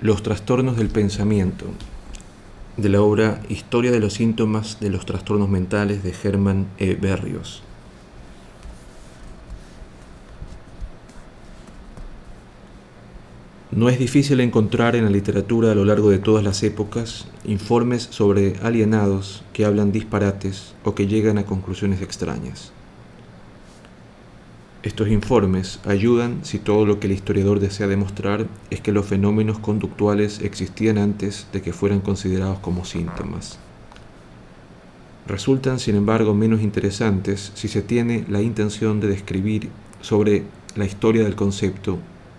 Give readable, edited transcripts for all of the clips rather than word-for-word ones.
Los trastornos del pensamiento, de la obra Historia de los síntomas de los trastornos mentales de Hermann E. Berrios. No es difícil encontrar en la literatura a lo largo de todas las épocas informes sobre alienados que hablan disparates o que llegan a conclusiones extrañas. Estos informes ayudan si todo lo que el historiador desea demostrar es que los fenómenos conductuales existían antes de que fueran considerados como síntomas. Resultan, sin embargo, menos interesantes si se tiene la intención de describir sobre la historia del concepto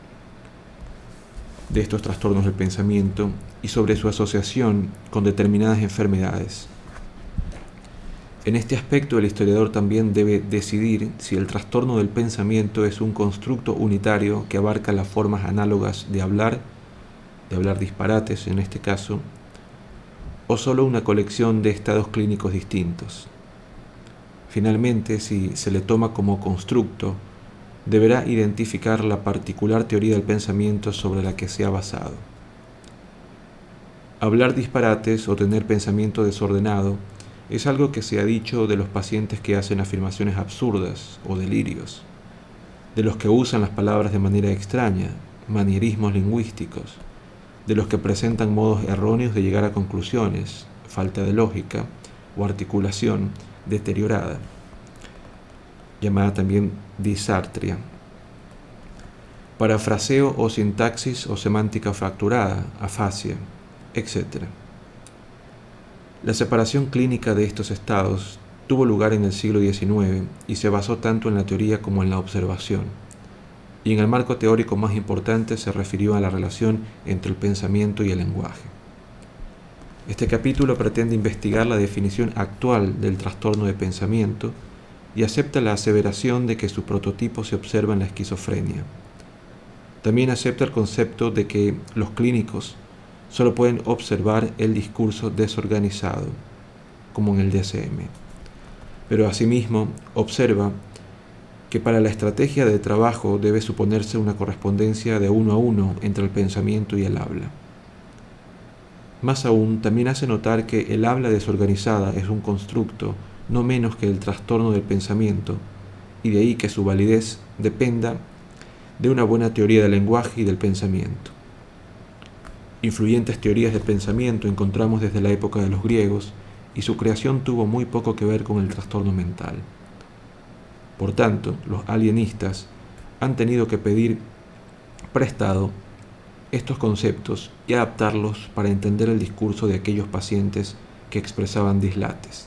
de estos trastornos del pensamiento y sobre su asociación con determinadas enfermedades. En este aspecto, el historiador también debe decidir si el trastorno del pensamiento es un constructo unitario que abarca las formas análogas de hablar disparates en este caso, o solo una colección de estados clínicos distintos. Finalmente, si se le toma como constructo, deberá identificar la particular teoría del pensamiento sobre la que se ha basado. Hablar disparates o tener pensamiento desordenado es algo que se ha dicho de los pacientes que hacen afirmaciones absurdas o delirios, de los que usan las palabras de manera extraña, manierismos lingüísticos, de los que presentan modos erróneos de llegar a conclusiones, falta de lógica o articulación deteriorada, llamada también disartria, parafraseo o sintaxis o semántica fracturada, afasia, etc. La separación clínica de estos estados tuvo lugar en el siglo XIX y se basó tanto en la teoría como en la observación, y en el marco teórico más importante se refirió a la relación entre el pensamiento y el lenguaje. Este capítulo pretende investigar la definición actual del trastorno de pensamiento y acepta la aseveración de que su prototipo se observa en la esquizofrenia. También acepta el concepto de que los clínicos solo pueden observar el discurso desorganizado, como en el DSM. Pero asimismo observa que para la estrategia de trabajo debe suponerse una correspondencia de 1 a 1 entre el pensamiento y el habla. Más aún, también hace notar que el habla desorganizada es un constructo no menos que el trastorno del pensamiento, y de ahí que su validez dependa de una buena teoría del lenguaje y del pensamiento. Influyentes teorías del pensamiento encontramos desde la época de los griegos, y su creación tuvo muy poco que ver con el trastorno mental. Por tanto, los alienistas han tenido que pedir prestado estos conceptos y adaptarlos para entender el discurso de aquellos pacientes que expresaban dislates.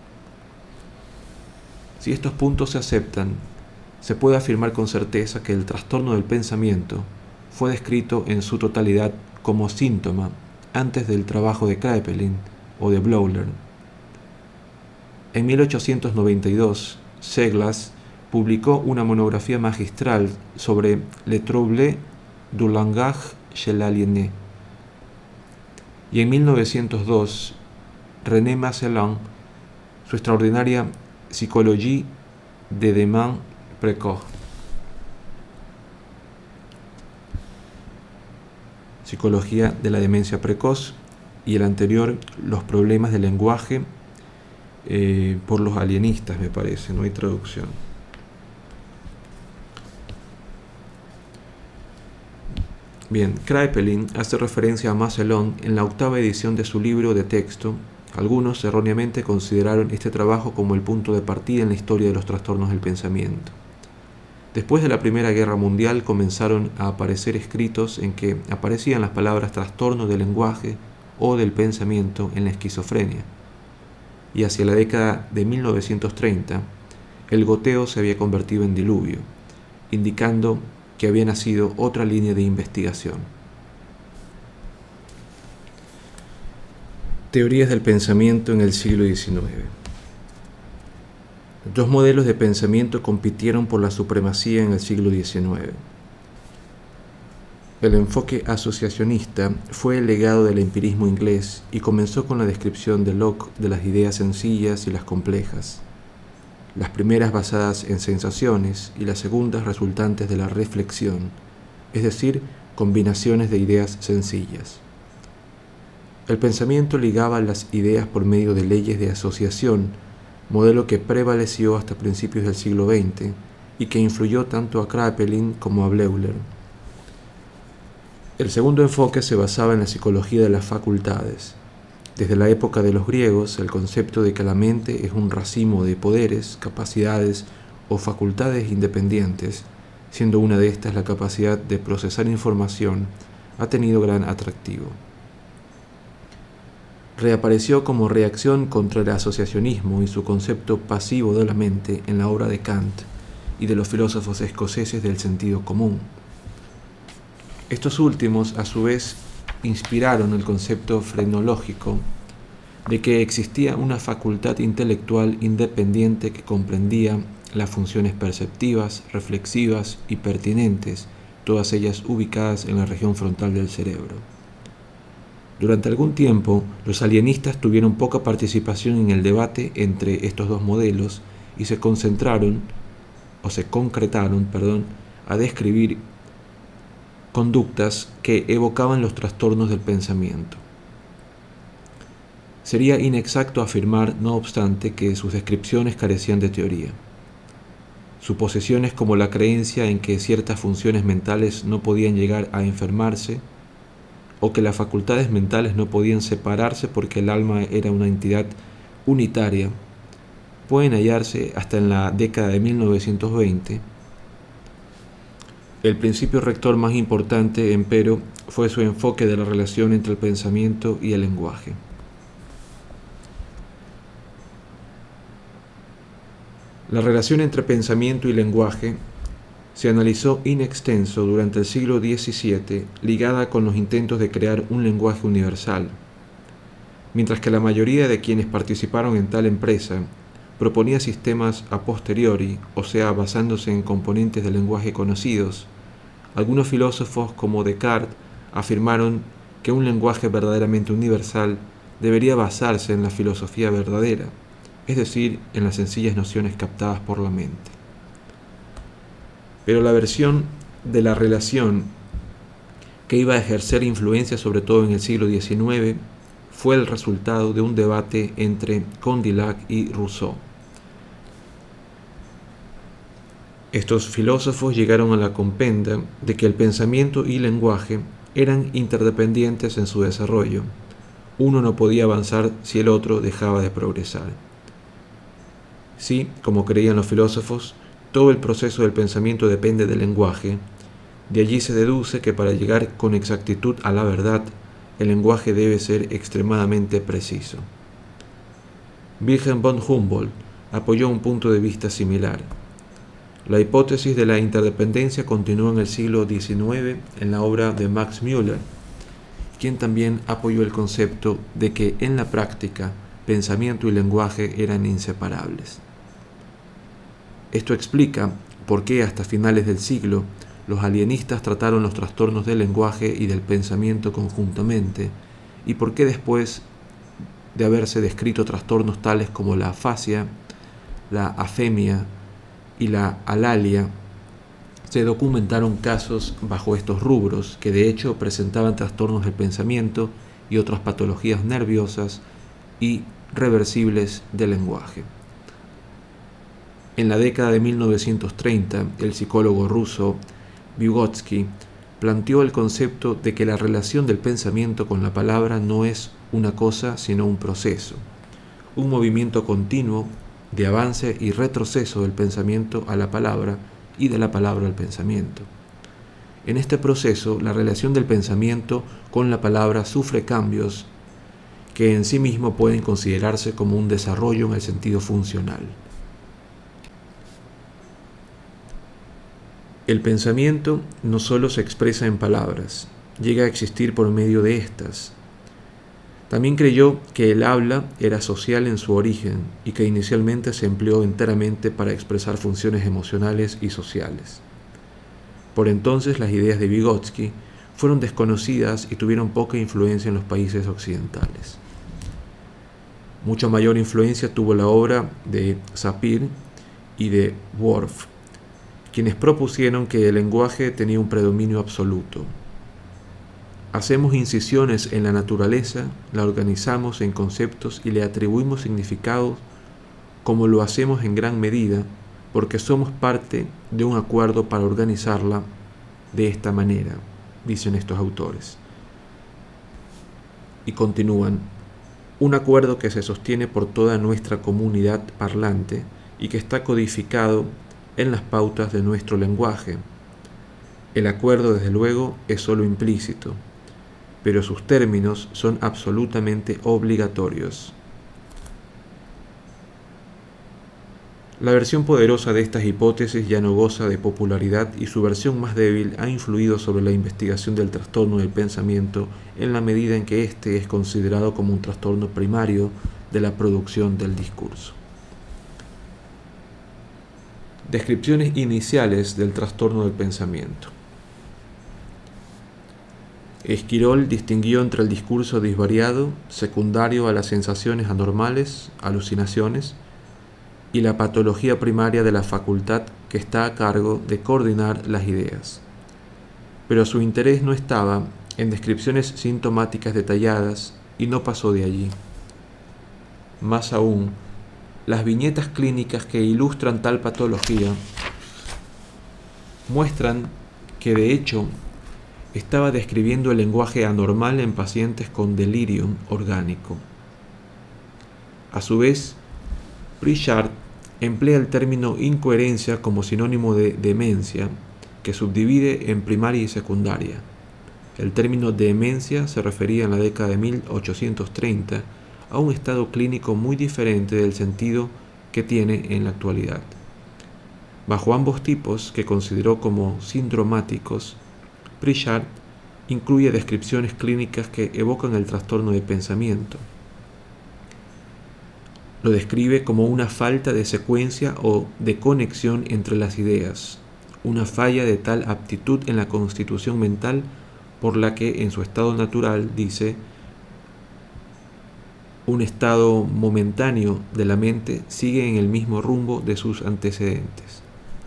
Si estos puntos se aceptan, se puede afirmar con certeza que el trastorno del pensamiento fue descrito en su totalidad como síntoma antes del trabajo de Kraepelin o de Bleuler. En 1892, Seglas publicó una monografía magistral sobre Le trouble du langage chez l'aliéné. Y en 1902, René Massillon, su extraordinaria Psychologie de démence précoce, Psicología de la demencia precoz, y el anterior, Los problemas del lenguaje, por los alienistas, me parece, no hay traducción. Bien, Kraepelin hace referencia a Massillon en la 8ª edición de su libro de texto. Algunos erróneamente consideraron este trabajo como el punto de partida en la historia de los trastornos del pensamiento. Después de la Primera Guerra Mundial comenzaron a aparecer escritos en que aparecían las palabras trastorno del lenguaje o del pensamiento en la esquizofrenia. Y hacia la década de 1930, el goteo se había convertido en diluvio, indicando que había nacido otra línea de investigación. Teorías del pensamiento en el siglo XIX. Dos modelos de pensamiento compitieron por la supremacía en el siglo XIX. El enfoque asociacionista fue el legado del empirismo inglés y comenzó con la descripción de Locke de las ideas sencillas y las complejas, las primeras basadas en sensaciones y las segundas resultantes de la reflexión, es decir, combinaciones de ideas sencillas. El pensamiento ligaba las ideas por medio de leyes de asociación, modelo que prevaleció hasta principios del siglo XX y que influyó tanto a Kraepelin como a Bleuler. El segundo enfoque se basaba en la psicología de las facultades. Desde la época de los griegos, el concepto de que la mente es un racimo de poderes, capacidades o facultades independientes, siendo una de estas la capacidad de procesar información, ha tenido gran atractivo. Reapareció como reacción contra el asociacionismo y su concepto pasivo de la mente en la obra de Kant y de los filósofos escoceses del sentido común. Estos últimos, a su vez, inspiraron el concepto frenológico de que existía una facultad intelectual independiente que comprendía las funciones perceptivas, reflexivas y pertinentes, todas ellas ubicadas en la región frontal del cerebro. Durante algún tiempo, los alienistas tuvieron poca participación en el debate entre estos dos modelos y se concretaron, a describir conductas que evocaban los trastornos del pensamiento. Sería inexacto afirmar, no obstante, que sus descripciones carecían de teoría. Suposiciones como la creencia en que ciertas funciones mentales no podían llegar a enfermarse, o que las facultades mentales no podían separarse porque el alma era una entidad unitaria, pueden hallarse hasta en la década de 1920. El principio rector más importante, empero, fue su enfoque de la relación entre el pensamiento y el lenguaje. La relación entre pensamiento y lenguaje se analizó in extenso durante el siglo XVII, ligada con los intentos de crear un lenguaje universal. Mientras que la mayoría de quienes participaron en tal empresa proponía sistemas a posteriori, o sea, basándose en componentes del lenguaje conocidos, algunos filósofos como Descartes afirmaron que un lenguaje verdaderamente universal debería basarse en la filosofía verdadera, es decir, en las sencillas nociones captadas por la mente. Pero la versión de la relación que iba a ejercer influencia sobre todo en el siglo XIX fue el resultado de un debate entre Condillac y Rousseau. Estos filósofos llegaron a la compenda de que el pensamiento y lenguaje eran interdependientes en su desarrollo. Uno no podía avanzar si el otro dejaba de progresar. Sí, como creían los filósofos, todo el proceso del pensamiento depende del lenguaje. De allí se deduce que para llegar con exactitud a la verdad, el lenguaje debe ser extremadamente preciso. Wilhelm von Humboldt apoyó un punto de vista similar. La hipótesis de la interdependencia continuó en el siglo XIX en la obra de Max Müller, quien también apoyó el concepto de que en la práctica pensamiento y lenguaje eran inseparables. Esto explica por qué hasta finales del siglo los alienistas trataron los trastornos del lenguaje y del pensamiento conjuntamente, y por qué después de haberse descrito trastornos tales como la afasia, la afemia y la alalia, se documentaron casos bajo estos rubros que de hecho presentaban trastornos del pensamiento y otras patologías nerviosas y reversibles del lenguaje. En la década de 1930, el psicólogo ruso Vygotsky planteó el concepto de que la relación del pensamiento con la palabra no es una cosa sino un proceso, un movimiento continuo de avance y retroceso del pensamiento a la palabra y de la palabra al pensamiento. En este proceso, la relación del pensamiento con la palabra sufre cambios que en sí mismo pueden considerarse como un desarrollo en el sentido funcional. El pensamiento no solo se expresa en palabras, llega a existir por medio de estas. También creyó que el habla era social en su origen y que inicialmente se empleó enteramente para expresar funciones emocionales y sociales. Por entonces las ideas de Vygotsky fueron desconocidas y tuvieron poca influencia en los países occidentales. Mucha mayor influencia tuvo la obra de Sapir y de Worf, quienes propusieron que el lenguaje tenía un predominio absoluto. Hacemos incisiones en la naturaleza, la organizamos en conceptos y le atribuimos significados, como lo hacemos en gran medida porque somos parte de un acuerdo para organizarla de esta manera, dicen estos autores. Y continúan: un acuerdo que se sostiene por toda nuestra comunidad parlante y que está codificado en las pautas de nuestro lenguaje. El acuerdo, desde luego, es solo implícito, pero sus términos son absolutamente obligatorios. La versión poderosa de estas hipótesis ya no goza de popularidad y su versión más débil ha influido sobre la investigación del trastorno del pensamiento en la medida en que éste es considerado como un trastorno primario de la producción del discurso. Descripciones iniciales del trastorno del pensamiento. Esquirol distinguió entre el discurso disvariado, secundario a las sensaciones anormales, alucinaciones, y la patología primaria de la facultad que está a cargo de coordinar las ideas. Pero su interés no estaba en descripciones sintomáticas detalladas y no pasó de allí. Más aún, las viñetas clínicas que ilustran tal patología muestran que de hecho estaba describiendo el lenguaje anormal en pacientes con delirium orgánico. A su vez, Pritchard emplea el término incoherencia como sinónimo de demencia, que subdivide en primaria y secundaria. El término demencia se refería en la década de 1830 a un estado clínico muy diferente del sentido que tiene en la actualidad. Bajo ambos tipos, que consideró como sindromáticos, Pritchard incluye descripciones clínicas que evocan el trastorno de pensamiento. Lo describe como una falta de secuencia o de conexión entre las ideas, una falla de tal aptitud en la constitución mental por la que en su estado natural, dice, un estado momentáneo de la mente sigue en el mismo rumbo de sus antecedentes.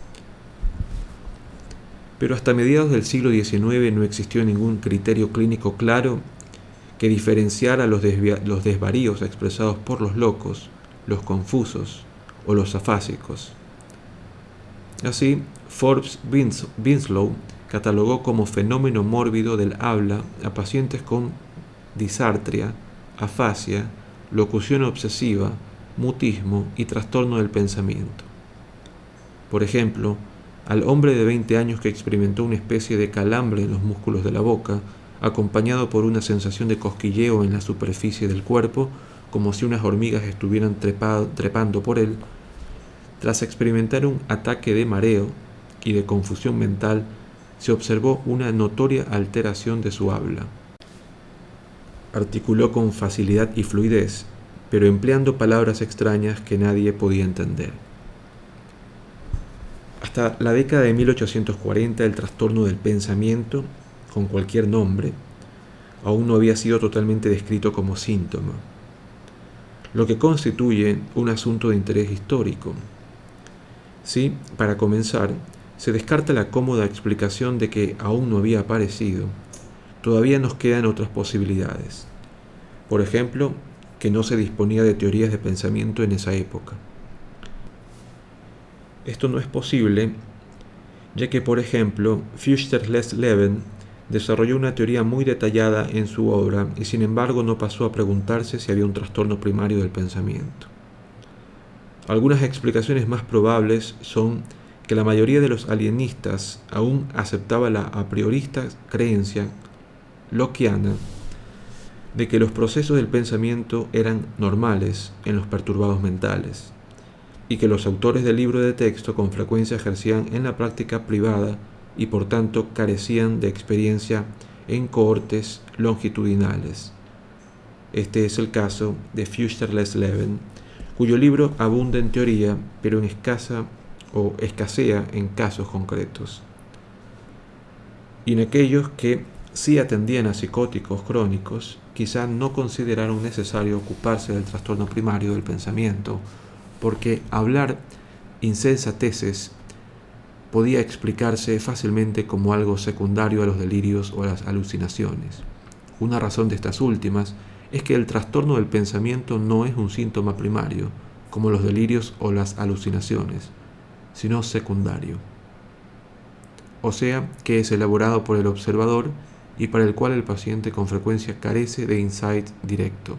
Pero hasta mediados del siglo XIX no existió ningún criterio clínico claro que diferenciara los desvaríos expresados por los locos, los confusos o los afásicos. Así, Forbes Winslow catalogó como fenómeno mórbido del habla a pacientes con disartria, afasia, locución obsesiva, mutismo y trastorno del pensamiento. Por ejemplo, al hombre de 20 años que experimentó una especie de calambre en los músculos de la boca, acompañado por una sensación de cosquilleo en la superficie del cuerpo, como si unas hormigas estuvieran trepando por él, tras experimentar un ataque de mareo y de confusión mental, se observó una notoria alteración de su habla. Articuló con facilidad y fluidez, pero empleando palabras extrañas que nadie podía entender. Hasta la década de 1840 el trastorno del pensamiento, con cualquier nombre, aún no había sido totalmente descrito como síntoma, lo que constituye un asunto de interés histórico. Sí, para comenzar, se descarta la cómoda explicación de que aún no había aparecido. Todavía nos quedan otras posibilidades. Por ejemplo, que no se disponía de teorías de pensamiento en esa época. Esto no es posible, ya que, por ejemplo, Fürster-Less-Leben desarrolló una teoría muy detallada en su obra y sin embargo no pasó a preguntarse si había un trastorno primario del pensamiento. Algunas explicaciones más probables son que la mayoría de los alienistas aún aceptaba la a priorista creencia lockeana de que los procesos del pensamiento eran normales en los perturbados mentales y que los autores del libro de texto con frecuencia ejercían en la práctica privada y por tanto carecían de experiencia en cohortes longitudinales. Este es el caso de Fürster-Less-Leben, cuyo libro abunda en teoría, pero escasea en casos concretos. Y en aquellos que sí atendían a psicóticos crónicos, quizá no consideraron necesario ocuparse del trastorno primario del pensamiento, porque hablar insensateces podía explicarse fácilmente como algo secundario a los delirios o a las alucinaciones. Una razón de estas últimas es que el trastorno del pensamiento no es un síntoma primario, como los delirios o las alucinaciones, sino secundario. O sea, que es elaborado por el observador y para el cual el paciente con frecuencia carece de insight directo.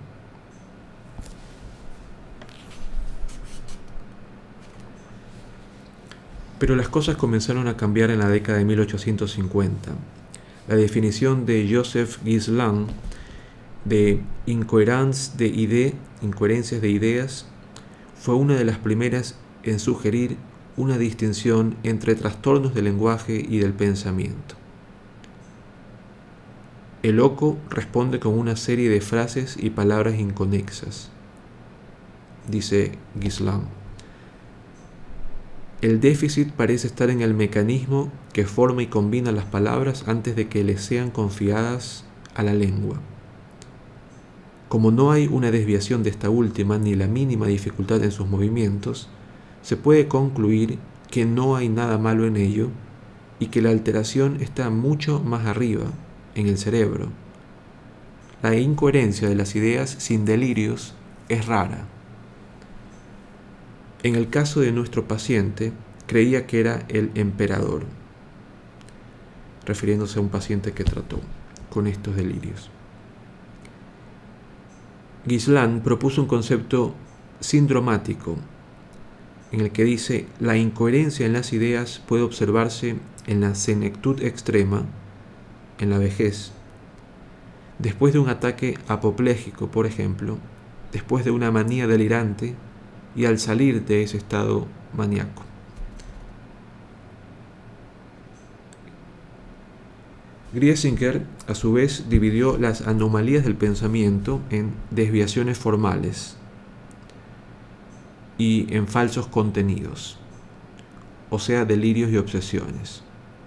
Pero las cosas comenzaron a cambiar en la década de 1850. La definición de Joseph Ghislain de incoherencias de ideas fue una de las primeras en sugerir una distinción entre trastornos del lenguaje y del pensamiento. El loco responde con una serie de frases y palabras inconexas. Dice Ghislain: el déficit parece estar en el mecanismo que forma y combina las palabras antes de que les sean confiadas a la lengua. Como no hay una desviación de esta última ni la mínima dificultad en sus movimientos, se puede concluir que no hay nada malo en ello y que la alteración está mucho más arriba, en el cerebro. La incoherencia de las ideas sin delirios es rara. En el caso de nuestro paciente, creía que era el emperador, refiriéndose a un paciente que trató con estos delirios. Ghislain propuso un concepto sindromático en el que dice: la incoherencia en las ideas puede observarse en la senectud extrema, en la vejez, después de un ataque apopléjico, por ejemplo, después de una manía delirante y al salir de ese estado maníaco. Griesinger, a su vez, dividió las anomalías del pensamiento en desviaciones formales y en falsos contenidos, o sea, delirios y obsesiones.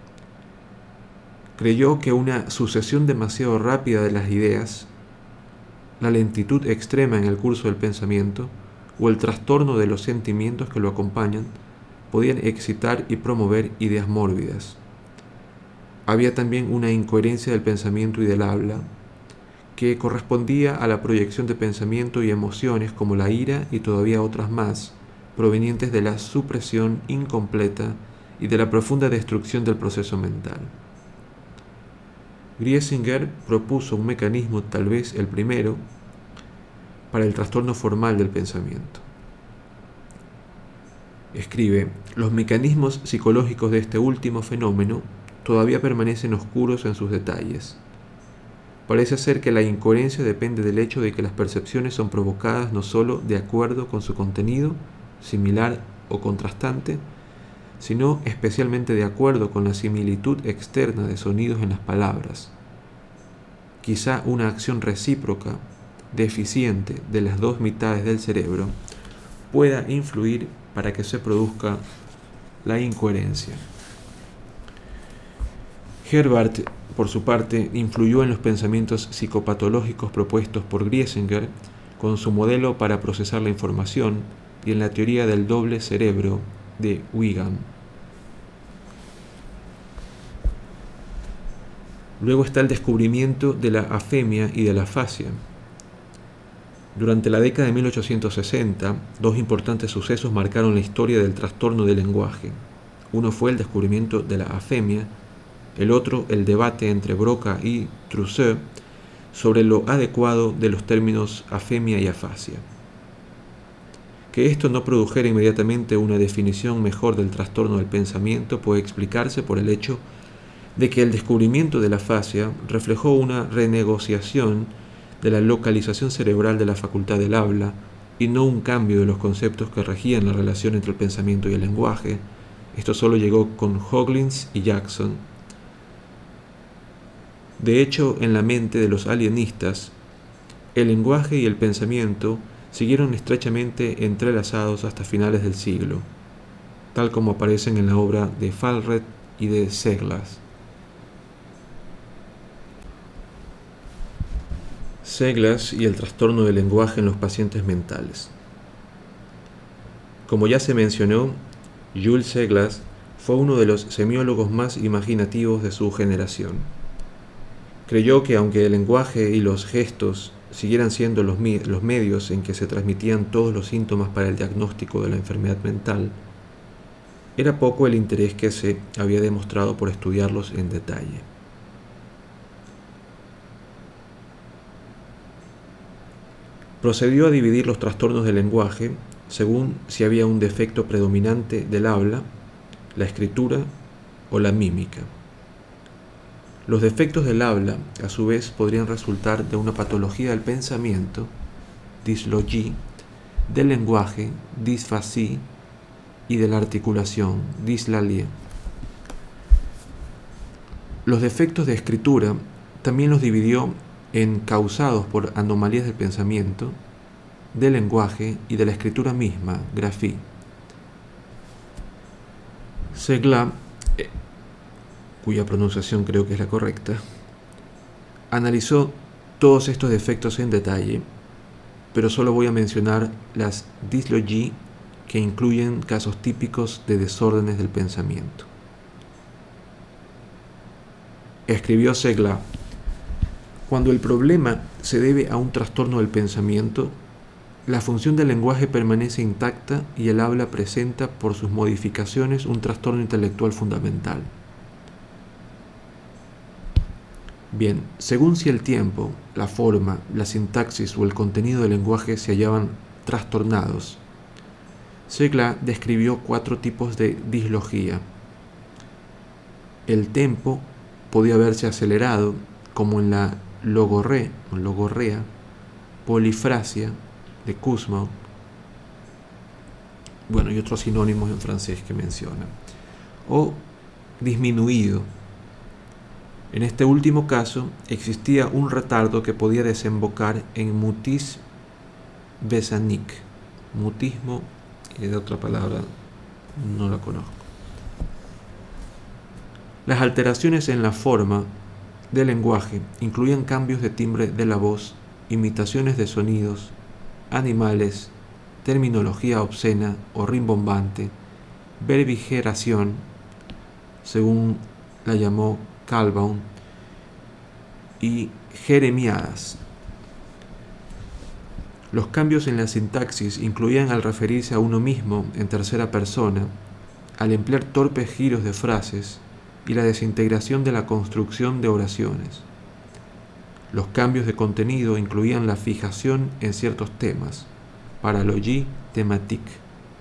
Creyó que una sucesión demasiado rápida de las ideas, la lentitud extrema en el curso del pensamiento o el trastorno de los sentimientos que lo acompañan podían excitar y promover ideas mórbidas. Había también una incoherencia del pensamiento y del habla que correspondía a la proyección de pensamiento y emociones como la ira y todavía otras más, provenientes de la supresión incompleta y de la profunda destrucción del proceso mental. Griesinger propuso un mecanismo, tal vez el primero, para el trastorno formal del pensamiento. Escribe: los mecanismos psicológicos de este último fenómeno todavía permanecen oscuros en sus detalles. Parece ser que la incoherencia depende del hecho de que las percepciones son provocadas no solo de acuerdo con su contenido, similar o contrastante, sino especialmente de acuerdo con la similitud externa de sonidos en las palabras. Quizá una acción recíproca, deficiente de las dos mitades del cerebro, pueda influir para que se produzca la incoherencia. Herbart, por su parte, influyó en los pensamientos psicopatológicos propuestos por Griesinger con su modelo para procesar la información y en la teoría del doble cerebro de Wigan. Luego está el descubrimiento de la afemia y de la afasia. Durante la década de 1860, dos importantes sucesos marcaron la historia del trastorno del lenguaje. Uno fue el descubrimiento de la afemia, el otro el debate entre Broca y Trousseau sobre lo adecuado de los términos afemia y afasia. Que esto no produjera inmediatamente una definición mejor del trastorno del pensamiento puede explicarse por el hecho de que el descubrimiento de la afasia reflejó una renegociación de la localización cerebral de la facultad del habla y no un cambio de los conceptos que regían la relación entre el pensamiento y el lenguaje. Esto solo llegó con Hoglins y Jackson. De hecho, en la mente de los alienistas, el lenguaje y el pensamiento siguieron estrechamente entrelazados hasta finales del siglo, tal como aparecen en la obra de Falred y de Seglas. Seglas y el trastorno del lenguaje en los pacientes mentales. Como ya se mencionó, Jules Seglas fue uno de los semiólogos más imaginativos de su generación. Creyó que aunque el lenguaje y los gestos siguieran siendo los medios en que se transmitían todos los síntomas para el diagnóstico de la enfermedad mental, era poco el interés que se había demostrado por estudiarlos en detalle. Procedió a dividir los trastornos del lenguaje según si había un defecto predominante del habla, la escritura o la mímica. Los defectos del habla, a su vez, podrían resultar de una patología del pensamiento, dislogie, del lenguaje, dysphasie, y de la articulación, dyslalie. Los defectos de escritura también los dividió en causados por anomalías del pensamiento, del lenguaje y de la escritura misma, graphie. Segla, cuya pronunciación creo que es la correcta, analizó todos estos defectos en detalle, pero solo voy a mencionar las dislogie que incluyen casos típicos de desórdenes del pensamiento. Escribió Segla: cuando el problema se debe a un trastorno del pensamiento, la función del lenguaje permanece intacta y el habla presenta por sus modificaciones un trastorno intelectual fundamental. Bien, según si el tiempo, la forma, la sintaxis o el contenido del lenguaje se hallaban trastornados, Segla describió 4 tipos de dislogía. El tempo podía verse acelerado, como en la logorrea, polifrasia de Kussmaul, y otros sinónimos en francés que menciona, o disminuido. En este último caso existía un retardo que podía desembocar en mutisme vesanique. Mutismo es otra palabra, no la conozco. Las alteraciones en la forma del lenguaje incluían cambios de timbre de la voz, imitaciones de sonidos, animales, terminología obscena o rimbombante, verbigeración, según la llamó Calbaum, y jeremiadas. Los cambios en la sintaxis incluían al referirse a uno mismo en tercera persona, al emplear torpes giros de frases y la desintegración de la construcción de oraciones. Los cambios de contenido incluían la fijación en ciertos temas, paralogie thématique,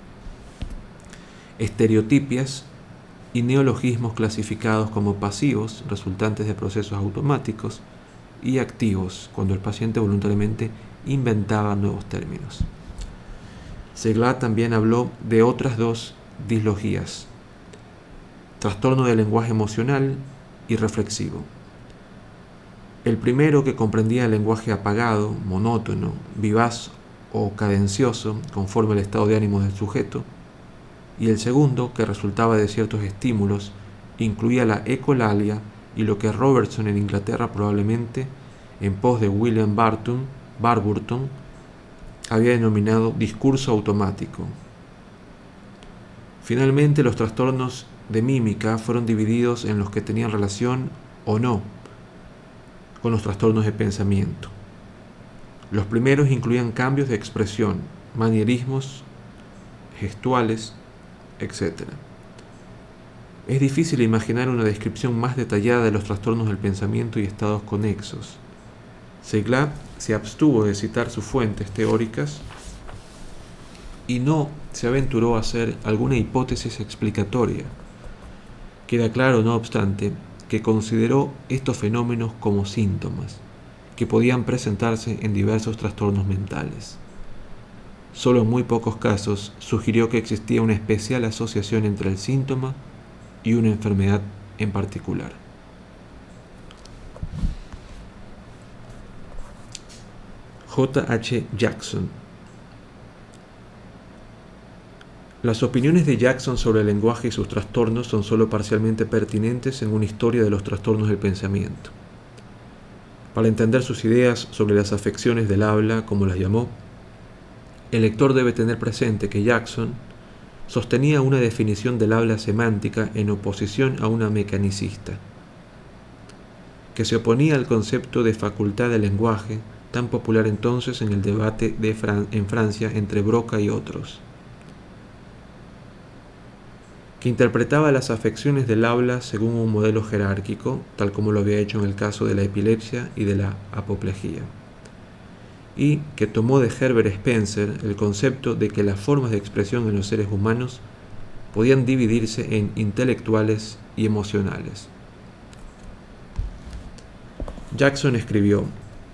estereotipias y neologismos clasificados como pasivos, resultantes de procesos automáticos, y activos, cuando el paciente voluntariamente inventaba nuevos términos. Segla también habló de otras 2 dislogías: trastorno del lenguaje emocional y reflexivo. El primero, que comprendía el lenguaje apagado, monótono, vivaz o cadencioso, conforme al estado de ánimo del sujeto, y el segundo, que resultaba de ciertos estímulos, incluía la ecolalia y lo que Robertson en Inglaterra, probablemente en pos de William Warburton, había denominado discurso automático. Finalmente, los trastornos de mímica fueron divididos en los que tenían relación o no con los trastornos de pensamiento. Los primeros incluían cambios de expresión, manierismos, gestuales, etc. Es difícil imaginar una descripción más detallada de los trastornos del pensamiento y estados conexos. Segla se abstuvo de citar sus fuentes teóricas y no se aventuró a hacer alguna hipótesis explicatoria. Queda claro, no obstante, que consideró estos fenómenos como síntomas que podían presentarse en diversos trastornos mentales. Solo en muy pocos casos sugirió que existía una especial asociación entre el síntoma y una enfermedad en particular. J.H. Jackson. Las opiniones de Jackson sobre el lenguaje y sus trastornos son solo parcialmente pertinentes en una historia de los trastornos del pensamiento. Para entender sus ideas sobre las afecciones del habla, como las llamó, el lector debe tener presente que Jackson sostenía una definición del habla semántica en oposición a una mecanicista. que se oponía al concepto de facultad del lenguaje, tan popular entonces en el debate en Francia entre Broca y otros, que interpretaba las afecciones del habla según un modelo jerárquico, tal como lo había hecho en el caso de la epilepsia y de la apoplejía, y que tomó de Herbert Spencer el concepto de que las formas de expresión en los seres humanos podían dividirse en intelectuales y emocionales. Jackson escribió: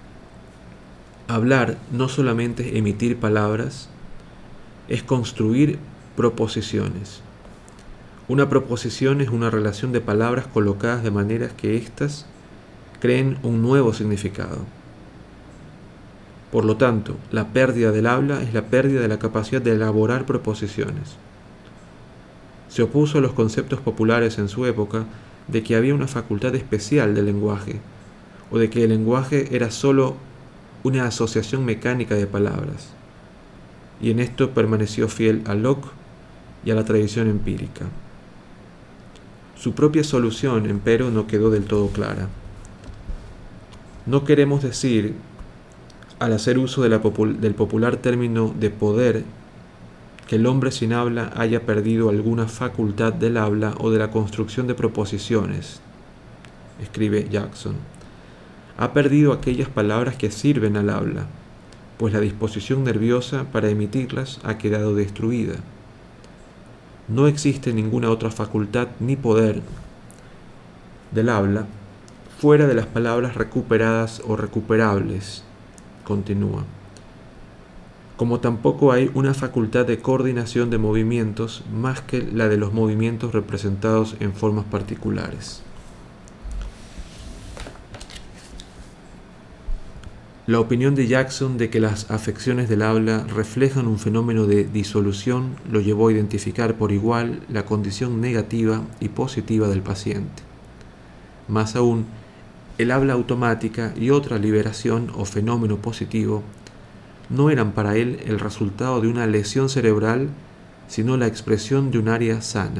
hablar no solamente es emitir palabras, es construir proposiciones. Una proposición es una relación de palabras colocadas de manera que éstas creen un nuevo significado. Por lo tanto, la pérdida del habla es la pérdida de la capacidad de elaborar proposiciones. Se opuso a los conceptos populares en su época de que había una facultad especial del lenguaje, o de que el lenguaje era sólo una asociación mecánica de palabras, y en esto permaneció fiel a Locke y a la tradición empírica. Su propia solución, empero, no quedó del todo clara. No queremos decir, al hacer uso del popular término de poder, que el hombre sin habla haya perdido alguna facultad del habla o de la construcción de proposiciones, escribe Jackson. Ha perdido aquellas palabras que sirven al habla, pues la disposición nerviosa para emitirlas ha quedado destruida. No existe ninguna otra facultad ni poder del habla fuera de las palabras recuperadas o recuperables, continúa. Como tampoco hay una facultad de coordinación de movimientos más que la de los movimientos representados en formas particulares. La opinión de Jackson de que las afecciones del habla reflejan un fenómeno de disolución lo llevó a identificar por igual la condición negativa y positiva del paciente. Más aún, el habla automática y otra liberación o fenómeno positivo no eran para él el resultado de una lesión cerebral, sino la expresión de un área sana,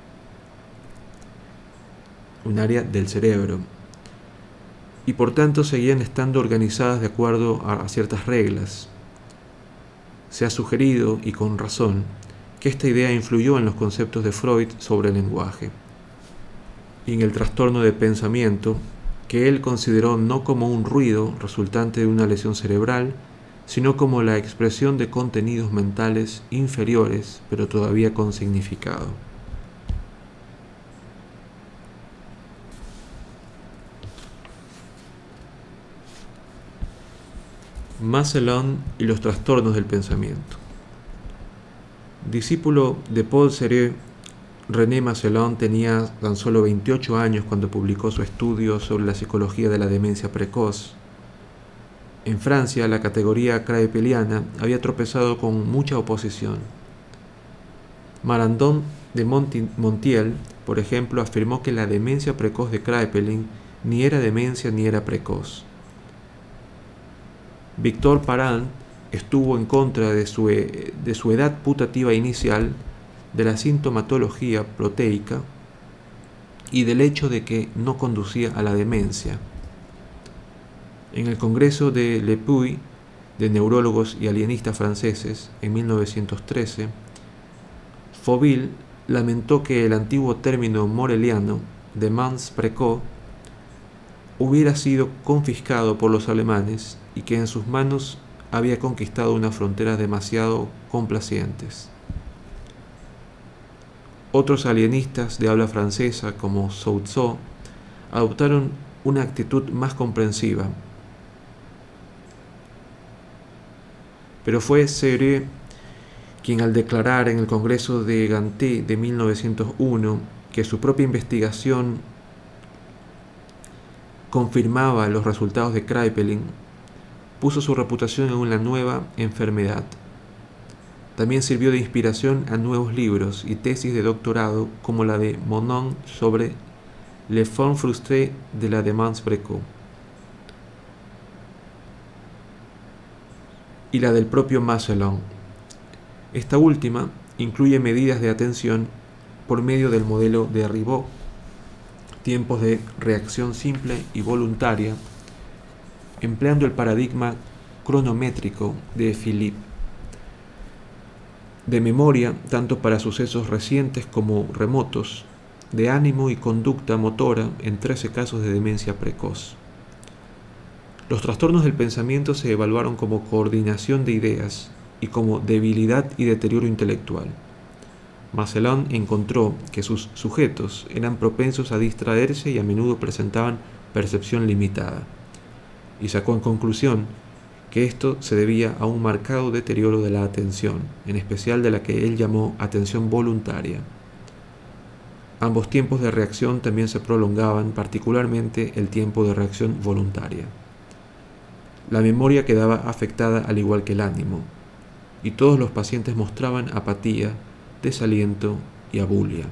un área del cerebro, y por tanto seguían estando organizadas de acuerdo a ciertas reglas. Se ha sugerido, y con razón, que esta idea influyó en los conceptos de Freud sobre el lenguaje, y en el trastorno de pensamiento, que él consideró no como un ruido resultante de una lesión cerebral, sino como la expresión de contenidos mentales inferiores, pero todavía con significado. Massillon y los trastornos del pensamiento. Discípulo de Paul Serret, René Massillon tenía tan solo 28 años cuando publicó su estudio sobre la psicología de la demencia precoz. En Francia, la categoría kraepeliana había tropezado con mucha oposición. Marandon de Montiel, por ejemplo, afirmó que la demencia precoz de Kraepelin ni era demencia ni era precoz. Victor Parent estuvo en contra de su edad putativa inicial, de la sintomatología proteica y del hecho de que no conducía a la demencia. En el Congreso de Le Puy, de neurólogos y alienistas franceses, en 1913, Fauville lamentó que el antiguo término moreliano, démence précoce, hubiera sido confiscado por los alemanes y que en sus manos había conquistado unas fronteras demasiado complacientes. Otros alienistas de habla francesa, como Saussure, adoptaron una actitud más comprensiva. Pero fue Serret quien, al declarar en el Congreso de Gante de 1901 que su propia investigación confirmaba los resultados de Kraepelin, puso su reputación en una nueva enfermedad. También sirvió de inspiración a nuevos libros y tesis de doctorado como la de Monod sobre les formes frustrées de la démence précoce y la del propio Massillon. Esta última incluye medidas de atención por medio del modelo de Ribot, tiempos de reacción simple y voluntaria, empleando el paradigma cronométrico de Philippe, de memoria tanto para sucesos recientes como remotos, de ánimo y conducta motora en 13 casos de demencia precoz. Los trastornos del pensamiento se evaluaron como coordinación de ideas y como debilidad y deterioro intelectual. Massillon encontró que sus sujetos eran propensos a distraerse y a menudo presentaban percepción limitada, y sacó en conclusión que esto se debía a un marcado deterioro de la atención, en especial de la que él llamó atención voluntaria. Ambos tiempos de reacción también se prolongaban, particularmente el tiempo de reacción voluntaria. La memoria quedaba afectada al igual que el ánimo, y todos los pacientes mostraban apatía, desaliento y abulia.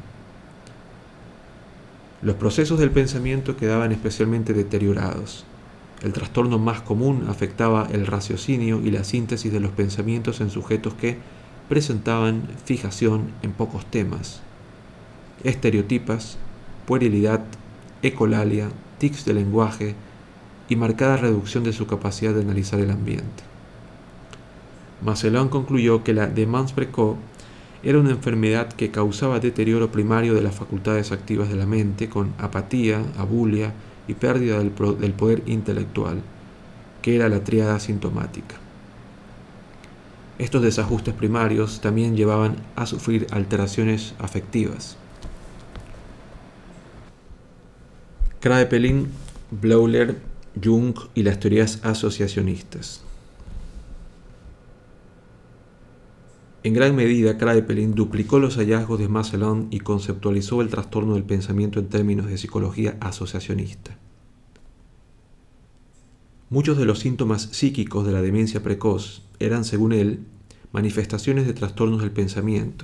Los procesos del pensamiento quedaban especialmente deteriorados. El trastorno más común afectaba el raciocinio y la síntesis de los pensamientos en sujetos que presentaban fijación en pocos temas, estereotipas, puerilidad, ecolalia, tics de lenguaje y marcada reducción de su capacidad de analizar el ambiente. Massillon concluyó que la démence précoce era una enfermedad que causaba deterioro primario de las facultades activas de la mente, con apatía, abulia y pérdida del poder intelectual, que era la tríada sintomática. Estos desajustes primarios también llevaban a sufrir alteraciones afectivas. Kraepelin, Bleuler, Jung y las teorías asociacionistas. En gran medida, Kraepelin duplicó los hallazgos de Massillon y conceptualizó el trastorno del pensamiento en términos de psicología asociacionista. Muchos de los síntomas psíquicos de la demencia precoz eran, según él, manifestaciones de trastornos del pensamiento.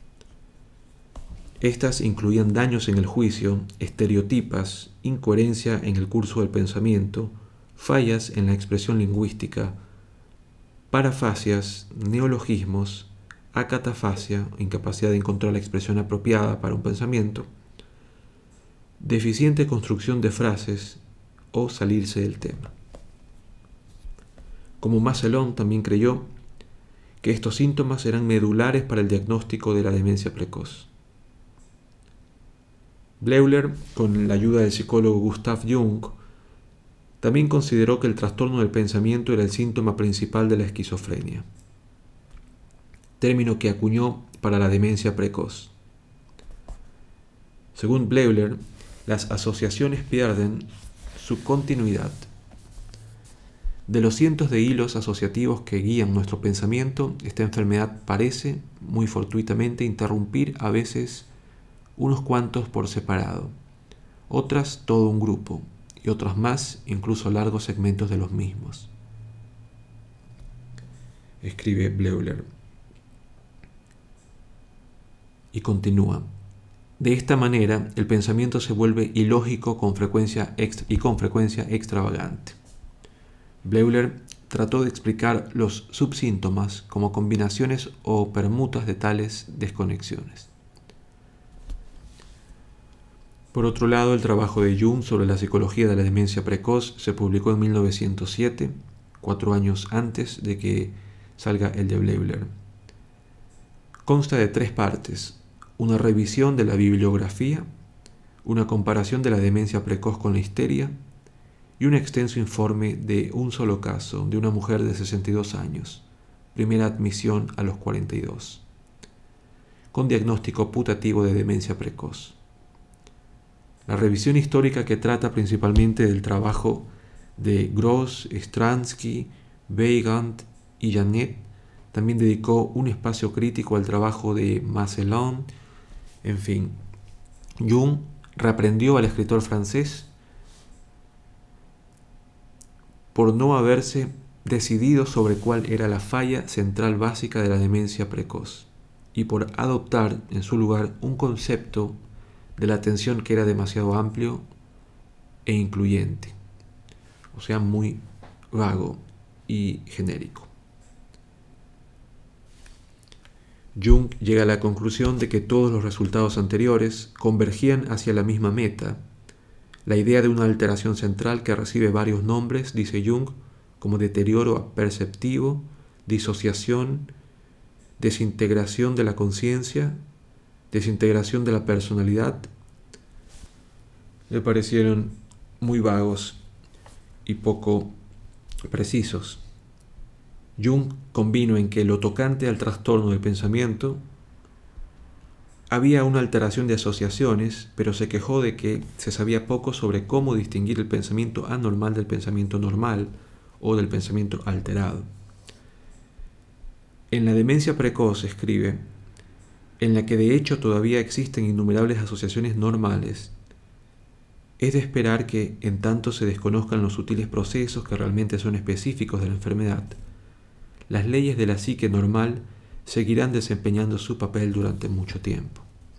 Estas incluían daños en el juicio, estereotipas, incoherencia en el curso del pensamiento, fallas en la expresión lingüística, parafasias, neologismos, acatafasia, incapacidad de encontrar la expresión apropiada para un pensamiento, deficiente construcción de frases o salirse del tema. Como Massillon también creyó que estos síntomas eran medulares para el diagnóstico de la demencia precoz. Bleuler, con la ayuda del psicólogo Gustav Jung, también consideró que el trastorno del pensamiento era el síntoma principal de la esquizofrenia, término que acuñó para la demencia precoz. Según Bleuler, las asociaciones pierden su continuidad. De los cientos de hilos asociativos que guían nuestro pensamiento, esta enfermedad parece, muy fortuitamente, interrumpir a veces unos cuantos por separado, otras todo un grupo, y otras más, incluso largos segmentos de los mismos. Escribe Bleuler. Y continúa. De esta manera, el pensamiento se vuelve ilógico con frecuencia extravagante. Bleuler trató de explicar los subsíntomas como combinaciones o permutas de tales desconexiones. Por otro lado, el trabajo de Jung sobre la psicología de la demencia precoz se publicó en 1907, 4 años antes de que salga el de Bleuler. Consta de 3 partes: una revisión de la bibliografía, una comparación de la demencia precoz con la histeria y un extenso informe de un solo caso de una mujer de 62 años, primera admisión a los 42, con diagnóstico putativo de demencia precoz. La revisión histórica, que trata principalmente del trabajo de Gross, Stransky, Weygand y Janet, también dedicó un espacio crítico al trabajo de Massillon. En fin, Jung reaprendió al escritor francés por no haberse decidido sobre cuál era la falla central básica de la demencia precoz y por adoptar en su lugar un concepto de la atención que era demasiado amplio e incluyente, o sea, muy vago y genérico. Jung llega a la conclusión de que todos los resultados anteriores convergían hacia la misma meta, La idea de una alteración central que recibe varios nombres, dice Jung, como deterioro perceptivo, disociación, desintegración de la conciencia, desintegración de la personalidad, le parecieron muy vagos y poco precisos. Jung convino en que lo tocante al trastorno del pensamiento había una alteración de asociaciones, pero se quejó de que se sabía poco sobre cómo distinguir el pensamiento anormal del pensamiento normal o del pensamiento alterado. En la demencia precoz, escribe, en la que de hecho todavía existen innumerables asociaciones normales, es de esperar que, en tanto se desconozcan los sutiles procesos que realmente son específicos de la enfermedad, las leyes de la psique normal seguirán desempeñando su papel durante mucho tiempo.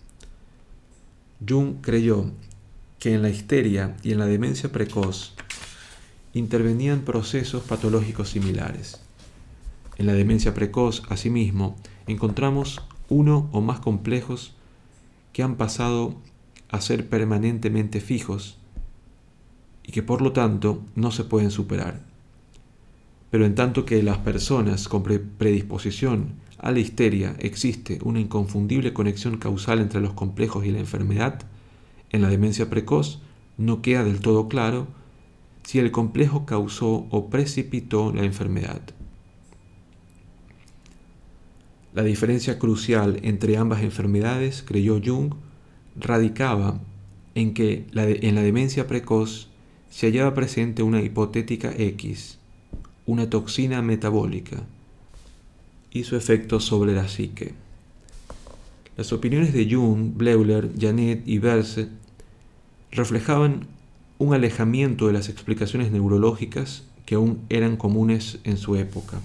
Jung creyó que en la histeria y en la demencia precoz intervenían procesos patológicos similares. En la demencia precoz, asimismo, encontramos uno o más complejos que han pasado a ser permanentemente fijos y que por lo tanto no se pueden superar. Pero en tanto que las personas con predisposición a la histeria existe una inconfundible conexión causal entre los complejos y la enfermedad, en la demencia precoz no queda del todo claro si el complejo causó o precipitó la enfermedad. La diferencia crucial entre ambas enfermedades, creyó Jung, radicaba en que en la demencia precoz se hallaba presente una hipotética X, una toxina metabólica, y su efecto sobre la psique. Las opiniones de Jung, Bleuler, Janet y Verse reflejaban un alejamiento de las explicaciones neurológicas que aún eran comunes en su época.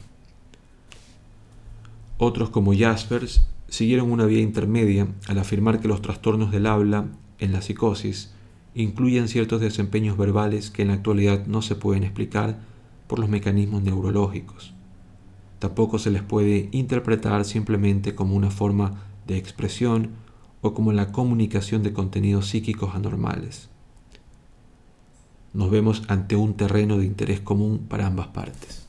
Otros, como Jaspers, siguieron una vía intermedia al afirmar que los trastornos del habla en la psicosis incluyen ciertos desempeños verbales que en la actualidad no se pueden explicar por los mecanismos neurológicos. Tampoco se les puede interpretar simplemente como una forma de expresión o como la comunicación de contenidos psíquicos anormales. Nos vemos ante un terreno de interés común para ambas partes.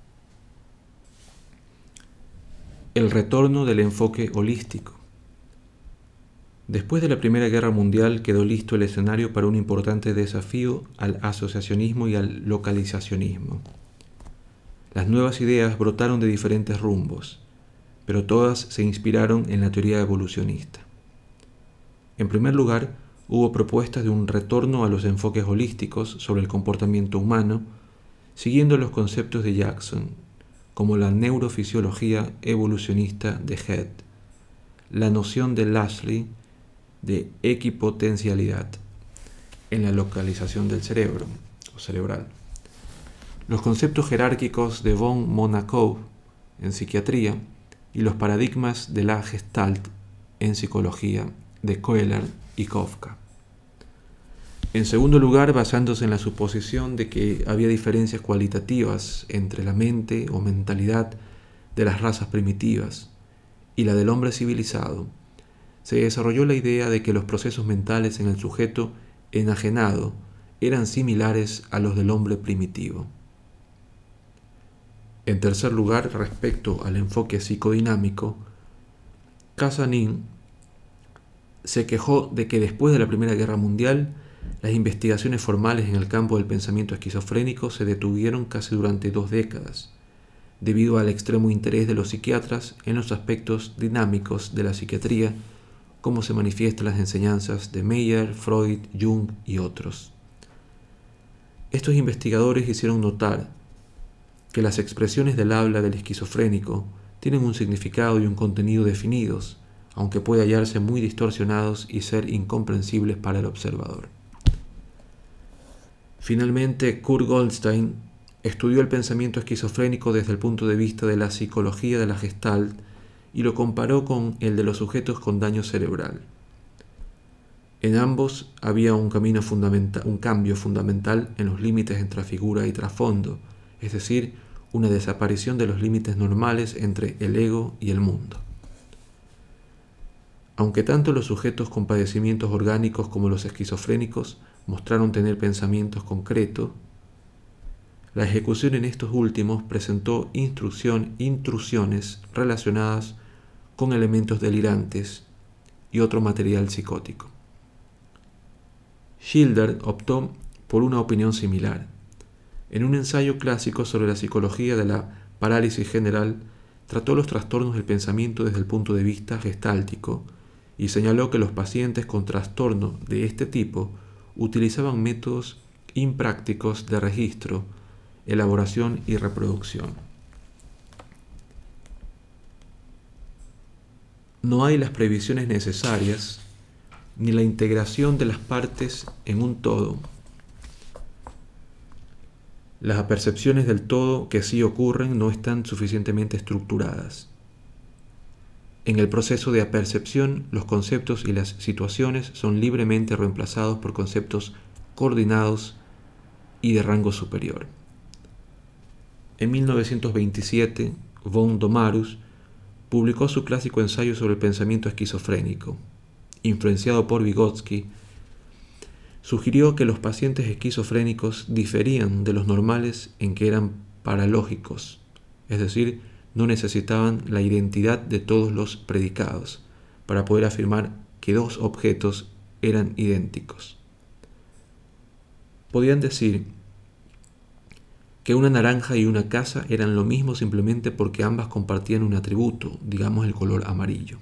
El retorno del enfoque holístico. Después de la Primera Guerra Mundial quedó listo el escenario para un importante desafío al asociacionismo y al localizacionismo. Las nuevas ideas brotaron de diferentes rumbos, pero todas se inspiraron en la teoría evolucionista. En primer lugar, hubo propuestas de un retorno a los enfoques holísticos sobre el comportamiento humano, siguiendo los conceptos de Jackson, como la neurofisiología evolucionista de Head, la noción de Lashley de equipotencialidad en la localización del cerebro o cerebral, los conceptos jerárquicos de von Monacov en psiquiatría y los paradigmas de la Gestalt en psicología de Kohler y Kafka. En segundo lugar, basándose en la suposición de que había diferencias cualitativas entre la mente o mentalidad de las razas primitivas y la del hombre civilizado, se desarrolló la idea de que los procesos mentales en el sujeto enajenado eran similares a los del hombre primitivo. En tercer lugar, respecto al enfoque psicodinámico, Casanin se quejó de que después de la Primera Guerra Mundial, las investigaciones formales en el campo del pensamiento esquizofrénico se detuvieron casi durante 2 décadas, debido al extremo interés de los psiquiatras en los aspectos dinámicos de la psiquiatría, como se manifiesta en las enseñanzas de Meyer, Freud, Jung y otros. Estos investigadores hicieron notar que las expresiones del habla del esquizofrénico tienen un significado y un contenido definidos, aunque puede hallarse muy distorsionados y ser incomprensibles para el observador. Finalmente, Kurt Goldstein estudió el pensamiento esquizofrénico desde el punto de vista de la psicología de la Gestalt y lo comparó con el de los sujetos con daño cerebral. En ambos había un cambio fundamental en los límites entre figura y trasfondo, es decir, una desaparición de los límites normales entre el ego y el mundo. Aunque tanto los sujetos con padecimientos orgánicos como los esquizofrénicos mostraron tener pensamientos concretos, la ejecución en estos últimos presentó intrusiones relacionadas con elementos delirantes y otro material psicótico. Schilder optó por una opinión similar. En un ensayo clásico sobre la psicología de la parálisis general, trató los trastornos del pensamiento desde el punto de vista gestáltico y señaló que los pacientes con trastorno de este tipo utilizaban métodos imprácticos de registro, elaboración y reproducción. No hay las previsiones necesarias ni la integración de las partes en un todo. Las apercepciones del todo que sí ocurren no están suficientemente estructuradas. En el proceso de apercepción, los conceptos y las situaciones son libremente reemplazados por conceptos coordinados y de rango superior. En 1927, von Domarus publicó su clásico ensayo sobre el pensamiento esquizofrénico. Influenciado por Vygotsky, sugirió que los pacientes esquizofrénicos diferían de los normales en que eran paralógicos, es decir, no necesitaban la identidad de todos los predicados para poder afirmar que dos objetos eran idénticos. Podían decir que una naranja y una casa eran lo mismo simplemente porque ambas compartían un atributo, digamos el color amarillo.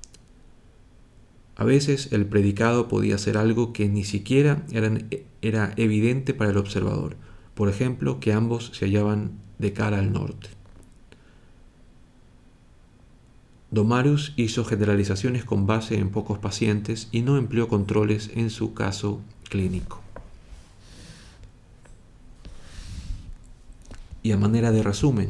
A veces el predicado podía ser algo que ni siquiera era evidente para el observador, por ejemplo, que ambos se hallaban de cara al norte. Domarus hizo generalizaciones con base en pocos pacientes y no empleó controles en su caso clínico. Y a manera de resumen,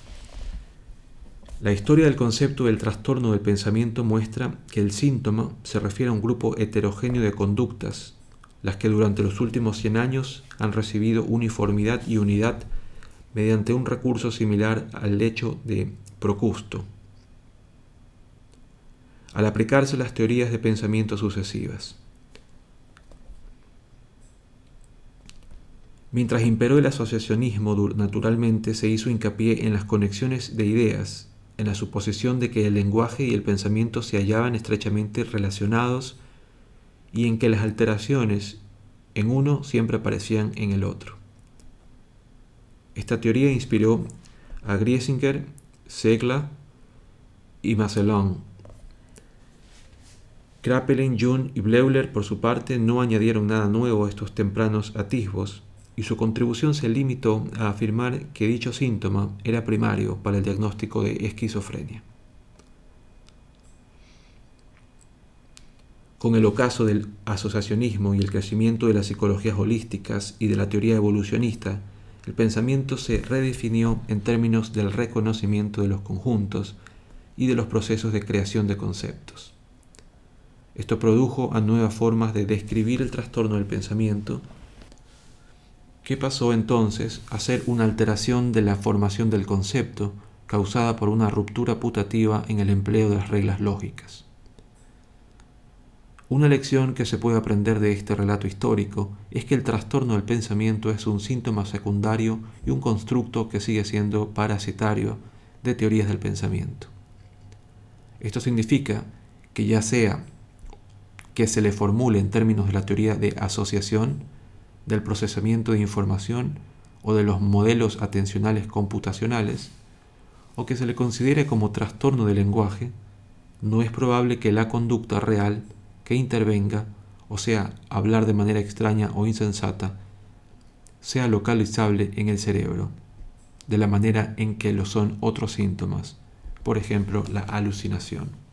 la historia del concepto del trastorno del pensamiento muestra que el síntoma se refiere a un grupo heterogéneo de conductas, las que durante los últimos 100 años han recibido uniformidad y unidad mediante un recurso similar al hecho de Procusto, al aplicarse las teorías de pensamiento sucesivas. Mientras imperó el asociacionismo, naturalmente se hizo hincapié en las conexiones de ideas, en la suposición de que el lenguaje y el pensamiento se hallaban estrechamente relacionados y en que las alteraciones en uno siempre aparecían en el otro. Esta teoría inspiró a Griesinger, Segla y Massillon. Kraepelin, Jung y Bleuler, por su parte, no añadieron nada nuevo a estos tempranos atisbos, y su contribución se limitó a afirmar que dicho síntoma era primario para el diagnóstico de esquizofrenia. Con el ocaso del asociacionismo y el crecimiento de las psicologías holísticas y de la teoría evolucionista, el pensamiento se redefinió en términos del reconocimiento de los conjuntos y de los procesos de creación de conceptos. Esto produjo a nuevas formas de describir el trastorno del pensamiento, que pasó entonces a ser una alteración de la formación del concepto causada por una ruptura putativa en el empleo de las reglas lógicas. Una lección que se puede aprender de este relato histórico es que el trastorno del pensamiento es un síntoma secundario y un constructo que sigue siendo parasitario de teorías del pensamiento. Esto significa que ya sea que se le formule en términos de la teoría de asociación, del procesamiento de información o de los modelos atencionales computacionales, o que se le considere como trastorno del lenguaje, no es probable que la conducta real que intervenga, o sea, hablar de manera extraña o insensata, sea localizable en el cerebro, de la manera en que lo son otros síntomas, por ejemplo, la alucinación.